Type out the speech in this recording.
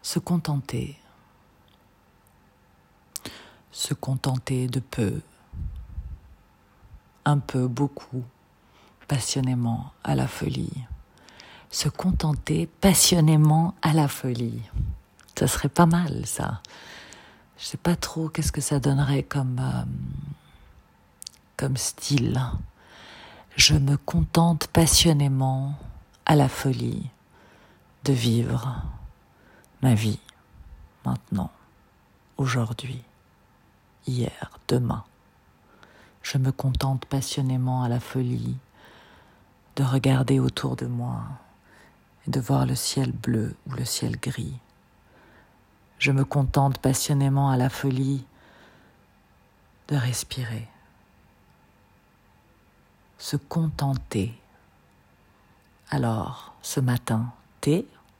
Se contenter. Se contenter de peu, un peu, beaucoup, passionnément, à la folie. Se contenter passionnément à la folie. Ça serait pas mal, ça. Je sais pas trop qu'est-ce que ça donnerait comme style. Je me contente passionnément à la folie de vivre ma vie, maintenant, aujourd'hui, hier, demain. Je me contente passionnément à la folie de regarder autour de moi et de voir le ciel bleu ou le ciel gris. Je me contente passionnément à la folie de respirer. Se contenter. Alors, ce matin, thé ou café ?